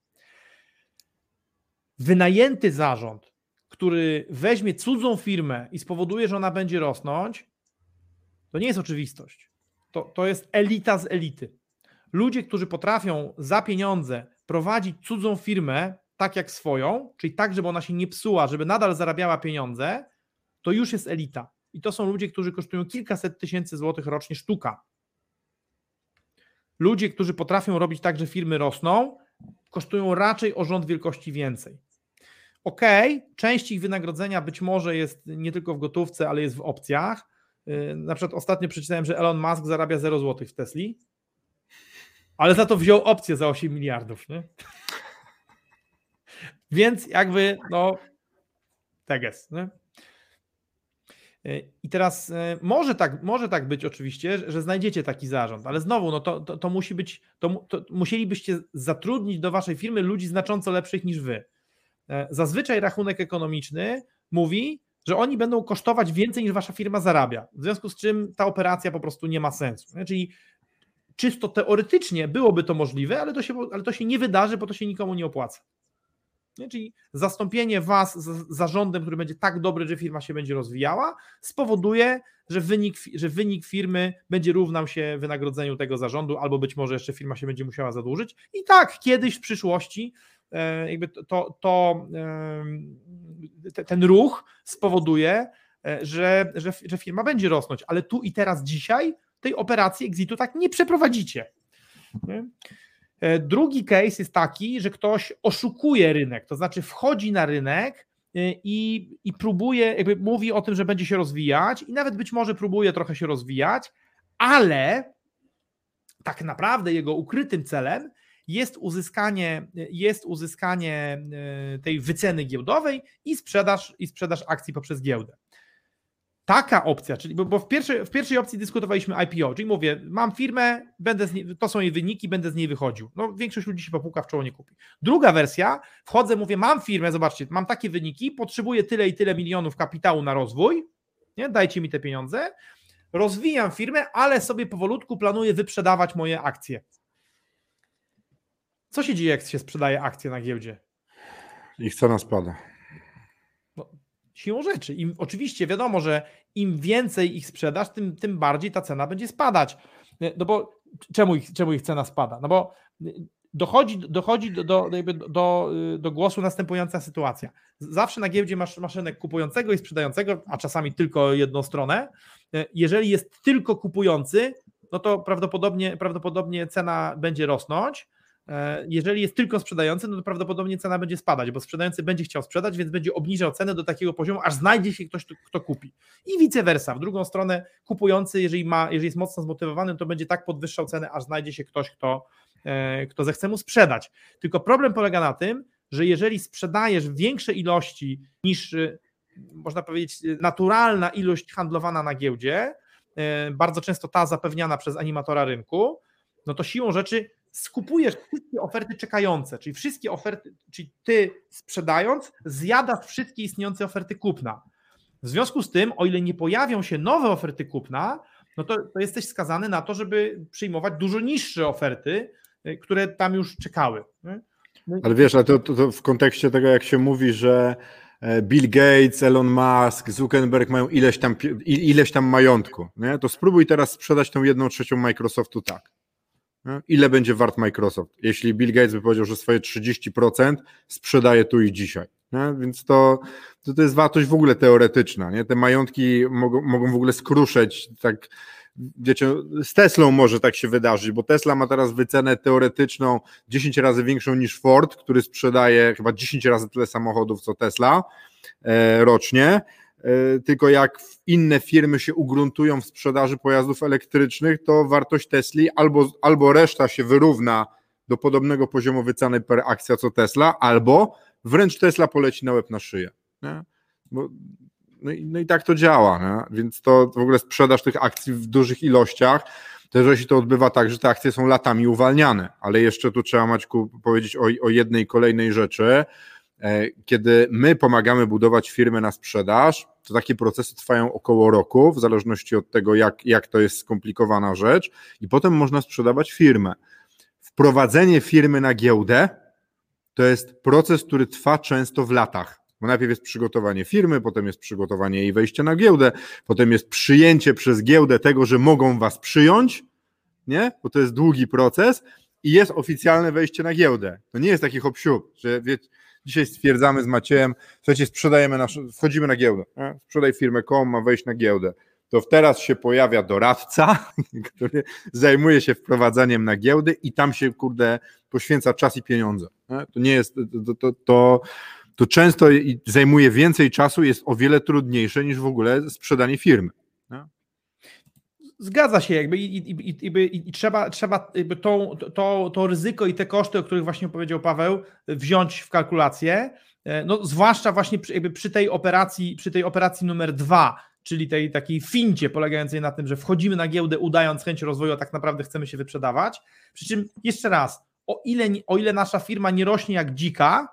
Wynajęty zarząd, który weźmie cudzą firmę i spowoduje, że ona będzie rosnąć, to nie jest oczywistość. To jest elita z elity. Ludzie, którzy potrafią za pieniądze prowadzić cudzą firmę tak jak swoją, czyli tak, żeby ona się nie psuła, żeby nadal zarabiała pieniądze, to już jest elita. I to są ludzie, którzy kosztują kilkaset tysięcy złotych rocznie sztuka. Ludzie, którzy potrafią robić tak, że firmy rosną, kosztują raczej o rząd wielkości więcej. Część ich wynagrodzenia być może jest nie tylko w gotówce, ale jest w opcjach. Na przykład ostatnio przeczytałem, że Elon Musk zarabia 0 złotych w Tesli, ale za to wziął opcję za 8 miliardów. Nie? Więc jakby, tak jest. Nie? I teraz może tak być oczywiście, że znajdziecie taki zarząd, ale znowu, to musi być, musielibyście zatrudnić do waszej firmy ludzi znacząco lepszych niż wy. Zazwyczaj rachunek ekonomiczny mówi, że oni będą kosztować więcej niż wasza firma zarabia, w związku z czym ta operacja po prostu nie ma sensu. Nie? Czyli czysto teoretycznie byłoby to możliwe, ale to się nie wydarzy, bo to się nikomu nie opłaca. Nie? Czyli zastąpienie was zarządem, który będzie tak dobry, że firma się będzie rozwijała, spowoduje, że wynik firmy będzie równał się wynagrodzeniu tego zarządu, albo być może jeszcze firma się będzie musiała zadłużyć. I tak kiedyś w przyszłości jakby ten ruch spowoduje, że firma będzie rosnąć, ale tu i teraz dzisiaj tej operacji exitu tak nie przeprowadzicie. Nie? Drugi case jest taki, że ktoś oszukuje rynek, to znaczy wchodzi na rynek i próbuje, jakby mówi o tym, że będzie się rozwijać i nawet być może próbuje trochę się rozwijać, ale tak naprawdę jego ukrytym celem jest uzyskanie tej wyceny giełdowej i sprzedaż akcji poprzez giełdę. Taka opcja, czyli bo w pierwszej opcji dyskutowaliśmy IPO, czyli mówię, mam firmę, to są jej wyniki, będę z niej wychodził. Większość ludzi się popuka w czoło, nie kupi. Druga wersja, wchodzę, mówię, mam firmę, zobaczcie, mam takie wyniki, potrzebuję tyle i tyle milionów kapitału na rozwój, nie? Dajcie mi te pieniądze, rozwijam firmę, ale sobie powolutku planuję wyprzedawać moje akcje. Co się dzieje, jak się sprzedaje akcje na giełdzie? Ich cena spada. Siłą rzeczy. Oczywiście wiadomo, że im więcej ich sprzedasz, tym bardziej ta cena będzie spadać. No bo czemu ich cena spada? No bo dochodzi do głosu następująca sytuacja. Zawsze na giełdzie masz rynek kupującego i sprzedającego, a czasami tylko jedną stronę. Jeżeli jest tylko kupujący, no to prawdopodobnie cena będzie rosnąć. Jeżeli jest tylko sprzedający, no to prawdopodobnie cena będzie spadać, bo sprzedający będzie chciał sprzedać, więc będzie obniżał cenę do takiego poziomu, aż znajdzie się ktoś, kto kupi. I vice versa. W drugą stronę kupujący, jeżeli jest mocno zmotywowany, to będzie tak podwyższał cenę, aż znajdzie się ktoś, kto zechce mu sprzedać. Tylko problem polega na tym, że jeżeli sprzedajesz większe ilości niż, można powiedzieć, naturalna ilość handlowana na giełdzie, bardzo często ta zapewniana przez animatora rynku, no to siłą rzeczy skupujesz wszystkie oferty czekające, czyli wszystkie oferty, czyli ty sprzedając, zjadasz wszystkie istniejące oferty kupna. W związku z tym, o ile nie pojawią się nowe oferty kupna, no to jesteś skazany na to, żeby przyjmować dużo niższe oferty, które tam już czekały. Ale wiesz, ale to w kontekście tego, jak się mówi, że Bill Gates, Elon Musk, Zuckerberg mają ileś tam majątku, nie? To spróbuj teraz sprzedać tą 1/3 Microsoftu tak. Nie? Ile będzie wart Microsoft? Jeśli Bill Gates by powiedział, że swoje 30% sprzedaje tu i dzisiaj. Nie? Więc to jest wartość w ogóle teoretyczna. Nie? Te majątki mogą w ogóle skruszeć, tak. Wiecie, z Teslą może tak się wydarzyć, bo Tesla ma teraz wycenę teoretyczną 10 razy większą niż Ford, który sprzedaje chyba 10 razy tyle samochodów co Tesla rocznie, tylko jak inne firmy się ugruntują w sprzedaży pojazdów elektrycznych, to wartość Tesli albo reszta się wyrówna do podobnego poziomu wyceny per akcja co Tesla, albo wręcz Tesla poleci na łeb na szyję. Nie? No i tak to działa, nie? Więc to w ogóle sprzedaż tych akcji w dużych ilościach, też jeśli to odbywa tak, że te akcje są latami uwalniane, ale jeszcze tu trzeba, Maćku, powiedzieć o jednej kolejnej rzeczy. Kiedy my pomagamy budować firmę na sprzedaż, to takie procesy trwają około roku, w zależności od tego, jak to jest skomplikowana rzecz, i potem można sprzedawać firmę. Wprowadzenie firmy na giełdę to jest proces, który trwa często w latach. Bo najpierw jest przygotowanie firmy, potem jest przygotowanie jej wejścia na giełdę, potem jest przyjęcie przez giełdę tego, że mogą was przyjąć, nie? Bo to jest długi proces, i jest oficjalne wejście na giełdę. To nie jest taki hop-siup, że dzisiaj stwierdzamy z Maciejem, słuchajcie, wchodzimy na giełdę, nie? Sprzedaj firmę.com, ma wejść na giełdę. To teraz się pojawia doradca, który zajmuje się wprowadzaniem na giełdę i tam się, poświęca czas i pieniądze. Nie? To nie jest, to często zajmuje więcej czasu, jest o wiele trudniejsze niż w ogóle sprzedanie firmy. Nie? Zgadza się, i trzeba to ryzyko i te koszty, o których właśnie powiedział Paweł, wziąć w kalkulację, no, zwłaszcza właśnie przy tej operacji numer 2, czyli tej takiej fincie polegającej na tym, że wchodzimy na giełdę udając chęć rozwoju, a tak naprawdę chcemy się wyprzedawać. Przy czym jeszcze raz, o ile nasza firma nie rośnie jak dzika,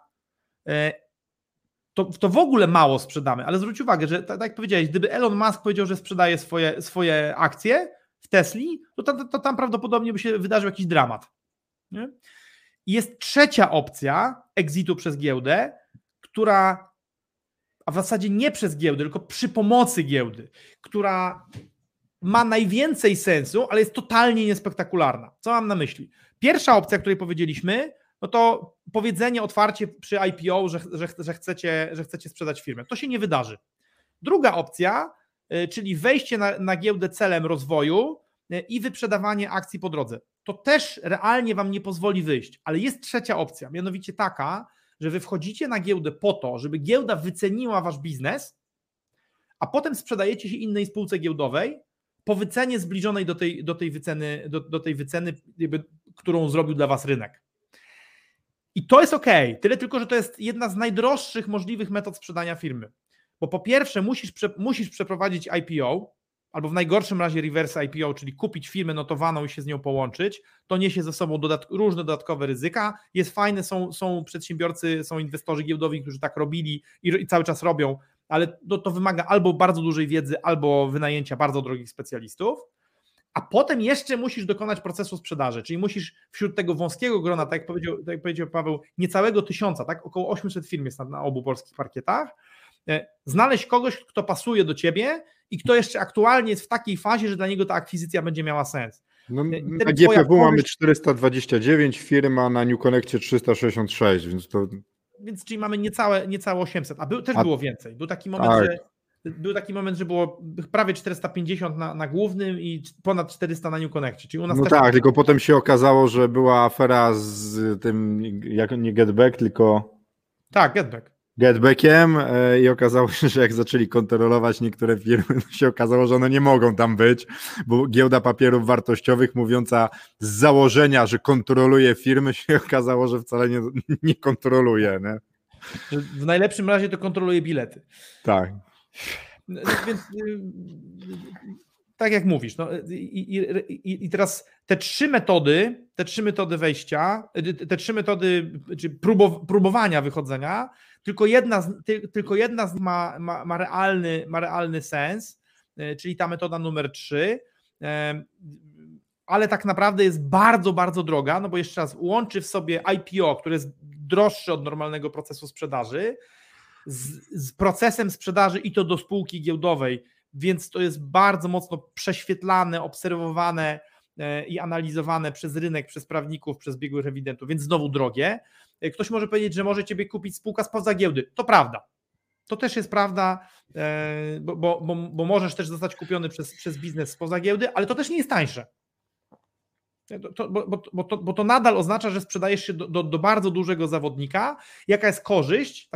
to w ogóle mało sprzedamy, ale zwróć uwagę, że tak jak powiedziałeś, gdyby Elon Musk powiedział, że sprzedaje swoje akcje w Tesli, to tam prawdopodobnie by się wydarzył jakiś dramat. Nie? I jest trzecia opcja exitu przez giełdę, a w zasadzie nie przez giełdę, tylko przy pomocy giełdy, która ma najwięcej sensu, ale jest totalnie niespektakularna. Co mam na myśli? Pierwsza opcja, o której powiedzieliśmy, no to powiedzenie otwarcie przy IPO, że chcecie sprzedać firmę. To się nie wydarzy. Druga opcja, czyli wejście na giełdę celem rozwoju i wyprzedawanie akcji po drodze. To też realnie wam nie pozwoli wyjść, ale jest trzecia opcja, mianowicie taka, że wy wchodzicie na giełdę po to, żeby giełda wyceniła wasz biznes, a potem sprzedajecie się innej spółce giełdowej po wycenie zbliżonej do tej wyceny, którą zrobił dla was rynek. I to jest ok, tyle tylko, że to jest jedna z najdroższych możliwych metod sprzedania firmy. Bo po pierwsze musisz przeprowadzić IPO, albo w najgorszym razie reverse IPO, czyli kupić firmę notowaną i się z nią połączyć. To niesie ze sobą różne dodatkowe ryzyka. Jest fajne, są przedsiębiorcy, są inwestorzy giełdowi, którzy tak robili i cały czas robią, ale to wymaga albo bardzo dużej wiedzy, albo wynajęcia bardzo drogich specjalistów. A potem jeszcze musisz dokonać procesu sprzedaży, czyli musisz wśród tego wąskiego grona, tak jak powiedział Paweł, niecałego 1000, tak, około 800 firm jest na obu polskich parkietach, znaleźć kogoś, kto pasuje do ciebie i kto jeszcze aktualnie jest w takiej fazie, że dla niego ta akwizycja będzie miała sens. No, na GPW mamy 429 firm, a na New Connectie 366, więc czyli mamy niecałe 800, też było więcej. Był taki moment, że był taki moment, że było prawie 450 na głównym i ponad 400 na New Connectie. Czyli u nas no tak, tylko potem się okazało, że była afera z tym, nie Getback, tylko... Tak, Getback. Getbackiem i okazało się, że jak zaczęli kontrolować niektóre firmy, to się okazało, że one nie mogą tam być, bo giełda papierów wartościowych mówiąca z założenia, że kontroluje firmy, się okazało, że wcale nie kontroluje. Nie? W najlepszym razie to kontroluje bilety. Tak. No, więc tak jak mówisz, no, i teraz te trzy metody wejścia, te trzy metody czy próbowania wychodzenia, tylko jedna z nich ma realny sens, czyli ta metoda numer 3, ale tak naprawdę jest bardzo, bardzo droga, no bo jeszcze raz łączy w sobie IPO, które jest droższe od normalnego procesu sprzedaży, z procesem sprzedaży i to do spółki giełdowej, więc to jest bardzo mocno prześwietlane, obserwowane i analizowane przez rynek, przez prawników, przez biegłych rewidentów, więc znowu drogie. Ktoś może powiedzieć, że może ciebie kupić spółka spoza giełdy. To prawda. To też jest prawda, bo możesz też zostać kupiony przez biznes spoza giełdy, ale to też nie jest tańsze. Bo to nadal oznacza, że sprzedajesz się do bardzo dużego zawodnika. Jaka jest korzyść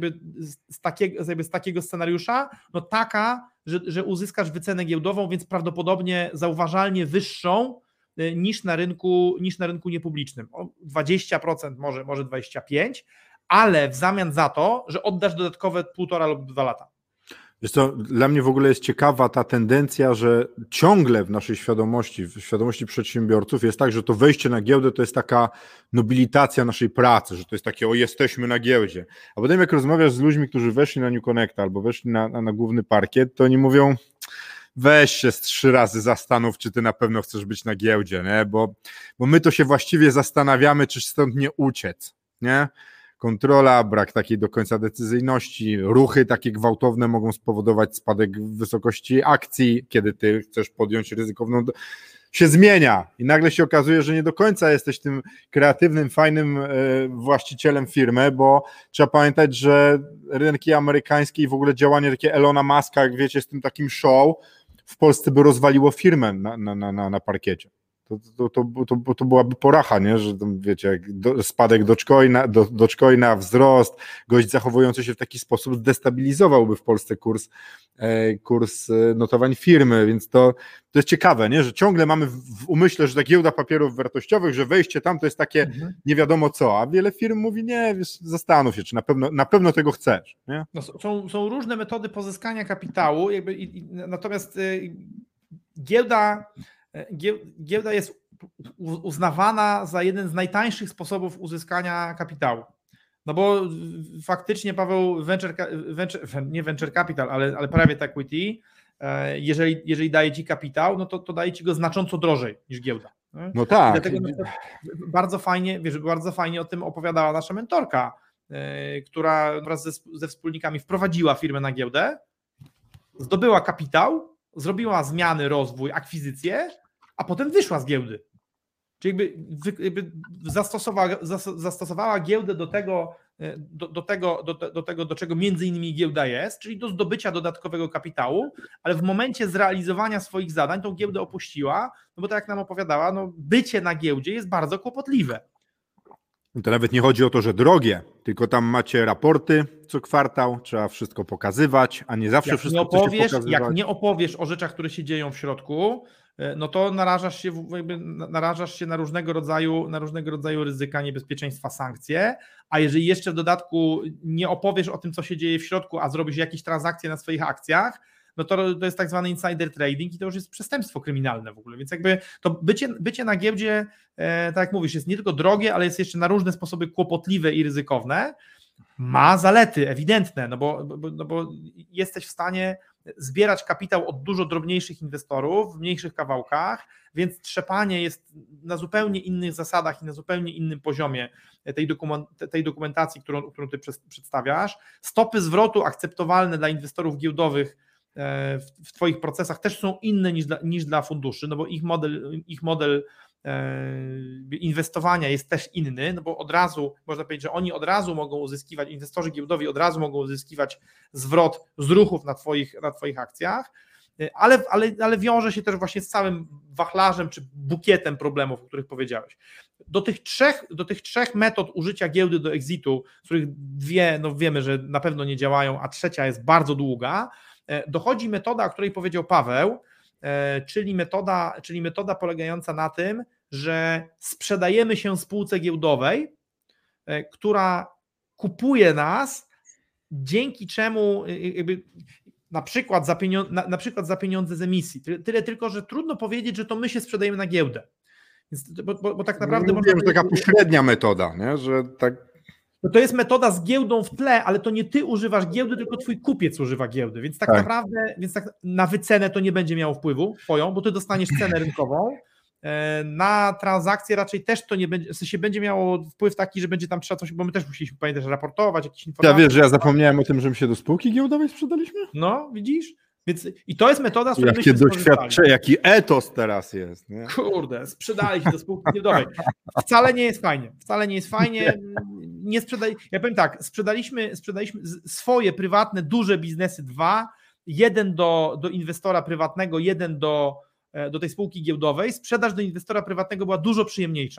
z takiego scenariusza? No taka, że uzyskasz wycenę giełdową, więc prawdopodobnie zauważalnie wyższą niż na rynku niepublicznym. O 20%, może 25%, ale w zamian za to, że oddasz dodatkowe 1,5 lub 2 lata. Wiesz co, dla mnie w ogóle jest ciekawa ta tendencja, że ciągle w naszej świadomości, w świadomości przedsiębiorców jest tak, że to wejście na giełdę to jest taka nobilitacja naszej pracy, że to jest takie, o jesteśmy na giełdzie. A potem jak rozmawiasz z ludźmi, którzy weszli na New Connect albo weszli na główny parkiet, to oni mówią, weź się z 3 razy zastanów, czy ty na pewno chcesz być na giełdzie, nie? Bo my to się właściwie zastanawiamy, czy stąd nie uciec, nie? Kontrola, brak takiej do końca decyzyjności, ruchy takie gwałtowne mogą spowodować spadek wysokości akcji, kiedy ty chcesz podjąć ryzykowną, się zmienia i nagle się okazuje, że nie do końca jesteś tym kreatywnym, fajnym właścicielem firmy, bo trzeba pamiętać, że rynki amerykańskie i w ogóle działanie takie Elona Muska, jak wiecie, z tym takim show, w Polsce by rozwaliło firmę na parkiecie. To byłaby poracha, nie? Że tam, wiecie, spadek Dogecoina, wzrost, gość zachowujący się w taki sposób zdestabilizowałby w Polsce kurs notowań firmy, więc to jest ciekawe, nie? Że ciągle mamy w umyśle, że ta giełda papierów wartościowych, że wejście tam to jest takie nie wiadomo co, a wiele firm mówi, nie, wiesz, zastanów się, czy na pewno tego chcesz. Nie? No, są różne metody pozyskania kapitału, natomiast giełda jest uznawana za jeden z najtańszych sposobów uzyskania kapitału. No bo faktycznie, Paweł, nie venture capital, ale private equity, jeżeli daje ci kapitał, no to daje ci go znacząco drożej niż giełda. No tak. Dlatego bardzo fajnie o tym opowiadała nasza mentorka, która wraz ze wspólnikami wprowadziła firmę na giełdę, zdobyła kapitał, zrobiła zmiany, rozwój, akwizycję, a potem wyszła z giełdy. Czyli jakby zastosowała giełdę do tego, do czego między innymi giełda jest, czyli do zdobycia dodatkowego kapitału, ale w momencie zrealizowania swoich zadań tą giełdę opuściła, no bo tak jak nam opowiadała, no bycie na giełdzie jest bardzo kłopotliwe. To nawet nie chodzi o to, że drogie, tylko tam macie raporty co kwartał, trzeba wszystko pokazywać, a nie zawsze wszystko chce się pokazywać. Jak nie opowiesz o rzeczach, które się dzieją w środku, no to narażasz się na różnego rodzaju ryzyka, niebezpieczeństwa, sankcje, a jeżeli jeszcze w dodatku nie opowiesz o tym, co się dzieje w środku, a zrobisz jakieś transakcje na swoich akcjach, no to jest tak zwany insider trading i to już jest przestępstwo kryminalne w ogóle, więc jakby to bycie na giełdzie, tak jak mówisz, jest nie tylko drogie, ale jest jeszcze na różne sposoby kłopotliwe i ryzykowne. Ma zalety ewidentne, no bo jesteś w stanie zbierać kapitał od dużo drobniejszych inwestorów w mniejszych kawałkach, więc trzepanie jest na zupełnie innych zasadach i na zupełnie innym poziomie tej dokumentacji, którą ty przedstawiasz. Stopy zwrotu akceptowalne dla inwestorów giełdowych w twoich procesach też są inne niż dla funduszy, no bo ich model inwestowania jest też inny, no bo od razu, można powiedzieć, że oni od razu mogą uzyskiwać, inwestorzy giełdowi od razu mogą uzyskiwać zwrot z ruchów na twoich akcjach, ale wiąże się też właśnie z całym wachlarzem czy bukietem problemów, o których powiedziałeś. Do tych trzech metod użycia giełdy do exitu, z których dwie, no wiemy, że na pewno nie działają, a trzecia jest bardzo długa, dochodzi metoda, o której powiedział Paweł, czyli metoda polegająca na tym, że sprzedajemy się spółce giełdowej, która kupuje nas, dzięki czemu na przykład za pieniądze z emisji. Tyle tylko, że trudno powiedzieć, że to my się sprzedajemy na giełdę. Bo tak naprawdę można powiedzieć, że taka pośrednia metoda, nie? Że tak. To jest metoda z giełdą w tle, ale to nie ty używasz giełdy, tylko twój kupiec używa giełdy, więc tak naprawdę na wycenę to nie będzie miało wpływu twoją, bo ty dostaniesz cenę rynkową. Na transakcję raczej też to nie będzie, w sensie będzie miało wpływ taki, że będzie tam trzeba coś, bo my też musieliśmy pamiętać, raportować jakieś informacje. Ja wiesz, że ja zapomniałem o tym, że my się do spółki giełdowej sprzedaliśmy? No, widzisz? Więc i to jest metoda, z której jakie doświadczenie, jaki etos teraz jest. Nie? Kurde, sprzedali się do spółki giełdowej. Wcale nie jest fajnie. Nie sprzedali. Ja powiem tak, sprzedaliśmy swoje prywatne, duże biznesy dwa, jeden do inwestora prywatnego, jeden do tej spółki giełdowej. Sprzedaż do inwestora prywatnego była dużo przyjemniejsza.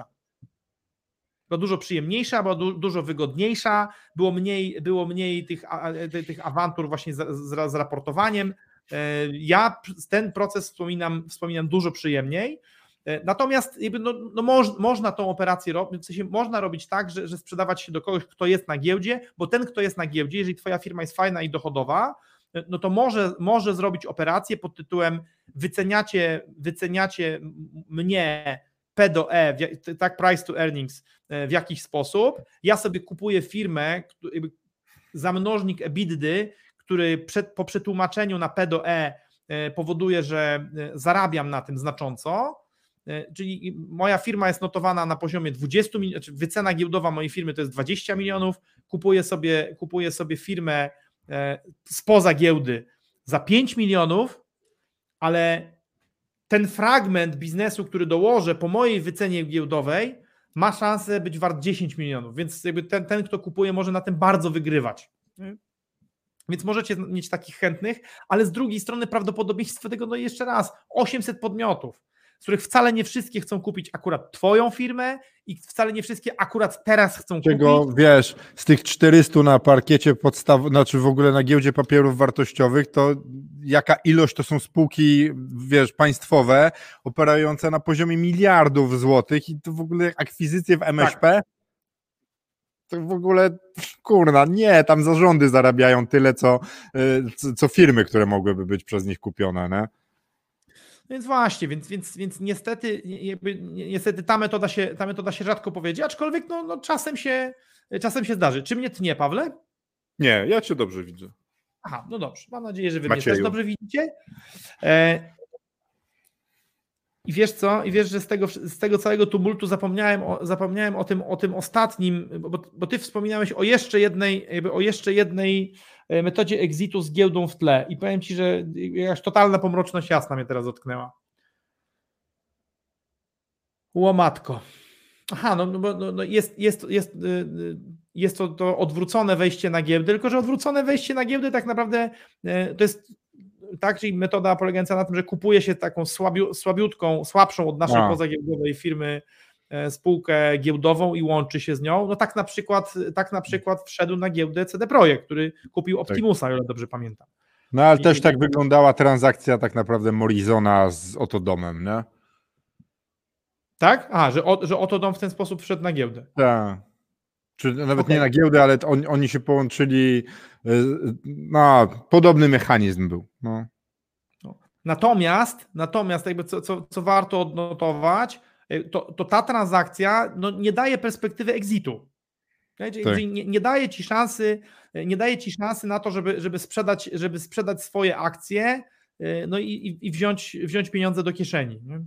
Była dużo wygodniejsza, było mniej tych awantur właśnie z raportowaniem. Ja ten proces wspominam dużo przyjemniej. Natomiast można tą operację robić, w sensie można robić tak, że sprzedawać się do kogoś, kto jest na giełdzie, bo ten, kto jest na giełdzie, jeżeli twoja firma jest fajna i dochodowa, no to może zrobić operację pod tytułem wyceniacie mnie P do E, tak, price to earnings w jakiś sposób, ja sobie kupuję firmę, za mnożnik EBITDA, który po przetłumaczeniu na P do E powoduje, że zarabiam na tym znacząco, czyli moja firma jest notowana na poziomie 20 milionów, znaczy wycena giełdowa mojej firmy to jest 20 milionów, kupuję sobie firmę spoza giełdy za 5 milionów, ale ten fragment biznesu, który dołożę po mojej wycenie giełdowej, ma szansę być wart 10 milionów, więc jakby ten, kto kupuje, może na tym bardzo wygrywać. Więc możecie mieć takich chętnych, ale z drugiej strony prawdopodobieństwo tego, no jeszcze raz, 800 podmiotów, z których wcale nie wszystkie chcą kupić akurat twoją firmę i wcale nie wszystkie akurat teraz chcą kupić. Wiesz, z tych 400 na parkiecie znaczy w ogóle na giełdzie papierów wartościowych, to jaka ilość to są spółki, wiesz, państwowe, operujące na poziomie miliardów złotych i to w ogóle akwizycje w MŚP? Tak. To w ogóle, kurna, nie, tam zarządy zarabiają tyle, co firmy, które mogłyby być przez nich kupione, nie? Więc właśnie, więc niestety ta metoda się rzadko powiedzie, aczkolwiek no czasem się zdarzy. Czy mnie tnie, Pawle? Nie, ja cię dobrze widzę. Aha, no dobrze, mam nadzieję, że wy mnie też dobrze widzicie. I wiesz co? I wiesz, że z tego całego tumultu zapomniałem o tym ostatnim, bo ty wspominałeś o jeszcze jednej metodzie exitu z giełdą w tle i powiem ci, że jakaś totalna pomroczność jasna mnie teraz dotknęła. Łomatko. Aha, no jest to odwrócone wejście na giełdę, tylko że odwrócone wejście na giełdę tak naprawdę to jest tak, czyli metoda polegająca na tym, że kupuje się taką słabszą od naszej pozagiełdowej firmy spółkę giełdową i łączy się z nią. No tak na przykład wszedł na giełdę CD Projekt, który kupił Optimusa, o ile dobrze pamiętam. No ale też tak wyglądała transakcja tak naprawdę Morizona z Otodomem, nie? Tak? Że Otodom w ten sposób wszedł na giełdę. Tak. Czy nawet nie na giełdę, ale oni się połączyli, no podobny mechanizm był. No. Natomiast jakby co warto odnotować, to ta transakcja nie daje perspektywy exitu. Czyli nie daje ci szansy na to, żeby sprzedać swoje akcje, no i wziąć pieniądze do kieszeni. Nie?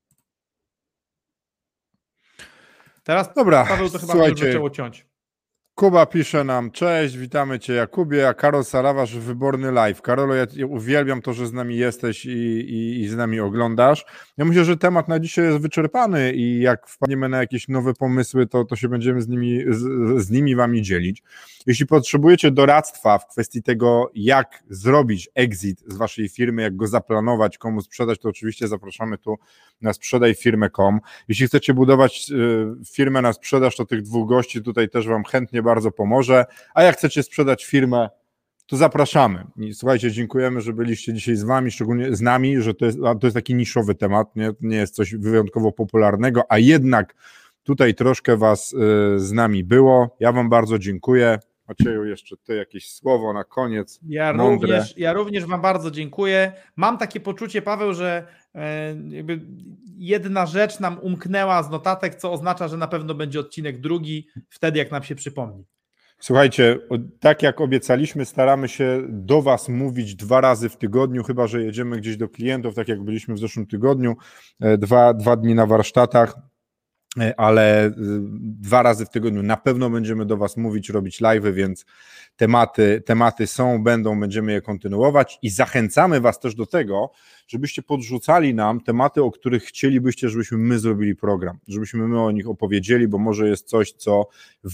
Teraz dobra, Paweł to chyba słuchajcie, zaczęło ciąć. Kuba pisze nam, cześć, witamy Cię Jakubie, a Karol Salawasz, wyborny live. Karolo, ja uwielbiam to, że z nami jesteś i z nami oglądasz. Ja myślę, że temat na dzisiaj jest wyczerpany i jak wpadniemy na jakieś nowe pomysły, to się będziemy z nimi Wami dzielić. Jeśli potrzebujecie doradztwa w kwestii tego, jak zrobić exit z Waszej firmy, jak go zaplanować, komu sprzedać, to oczywiście zapraszamy tu na sprzedajfirmę.com. Jeśli chcecie budować firmę na sprzedaż, to tych dwóch gości tutaj też Wam chętnie bardzo pomoże, a jak chcecie sprzedać firmę, to zapraszamy. I słuchajcie, dziękujemy, że byliście dzisiaj z Wami, szczególnie z nami, że to jest taki niszowy temat, nie jest coś wyjątkowo popularnego, a jednak tutaj troszkę Was z nami było. Ja Wam bardzo dziękuję. Macieju, jeszcze Ty jakieś słowo na koniec. Ja również Wam bardzo dziękuję. Mam takie poczucie, Paweł, że jakby jedna rzecz nam umknęła z notatek, co oznacza, że na pewno będzie odcinek drugi, wtedy jak nam się przypomni. Słuchajcie, tak jak obiecaliśmy, staramy się do Was mówić 2 razy w tygodniu, chyba że jedziemy gdzieś do klientów, tak jak byliśmy w zeszłym tygodniu, 2 dni na warsztatach, ale 2 razy w tygodniu na pewno będziemy do Was mówić, robić live'y, więc tematy są, będziemy je kontynuować i zachęcamy Was też do tego, żebyście podrzucali nam tematy, o których chcielibyście, żebyśmy my zrobili program, żebyśmy my o nich opowiedzieli, bo może jest coś, co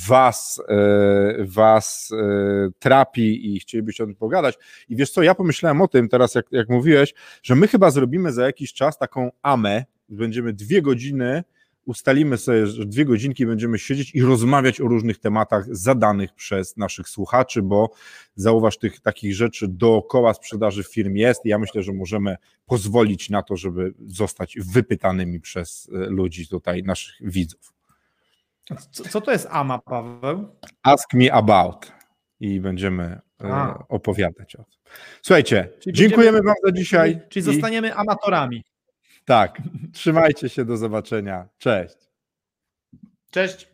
Was trapi i chcielibyście o tym pogadać. I wiesz co, ja pomyślałem o tym teraz, jak mówiłeś, że my chyba zrobimy za jakiś czas taką amę, będziemy 2 godziny, ustalimy sobie, że 2 godzinki będziemy siedzieć i rozmawiać o różnych tematach zadanych przez naszych słuchaczy, bo zauważ, tych takich rzeczy dookoła sprzedaży firm jest i ja myślę, że możemy pozwolić na to, żeby zostać wypytanymi przez ludzi tutaj, naszych widzów. Co to jest AMA, Paweł? Ask me about i będziemy opowiadać o tym. Słuchajcie, dziękujemy Wam za dzisiaj. Czyli zostaniemy amatorami. Tak, trzymajcie się, do zobaczenia. Cześć. Cześć.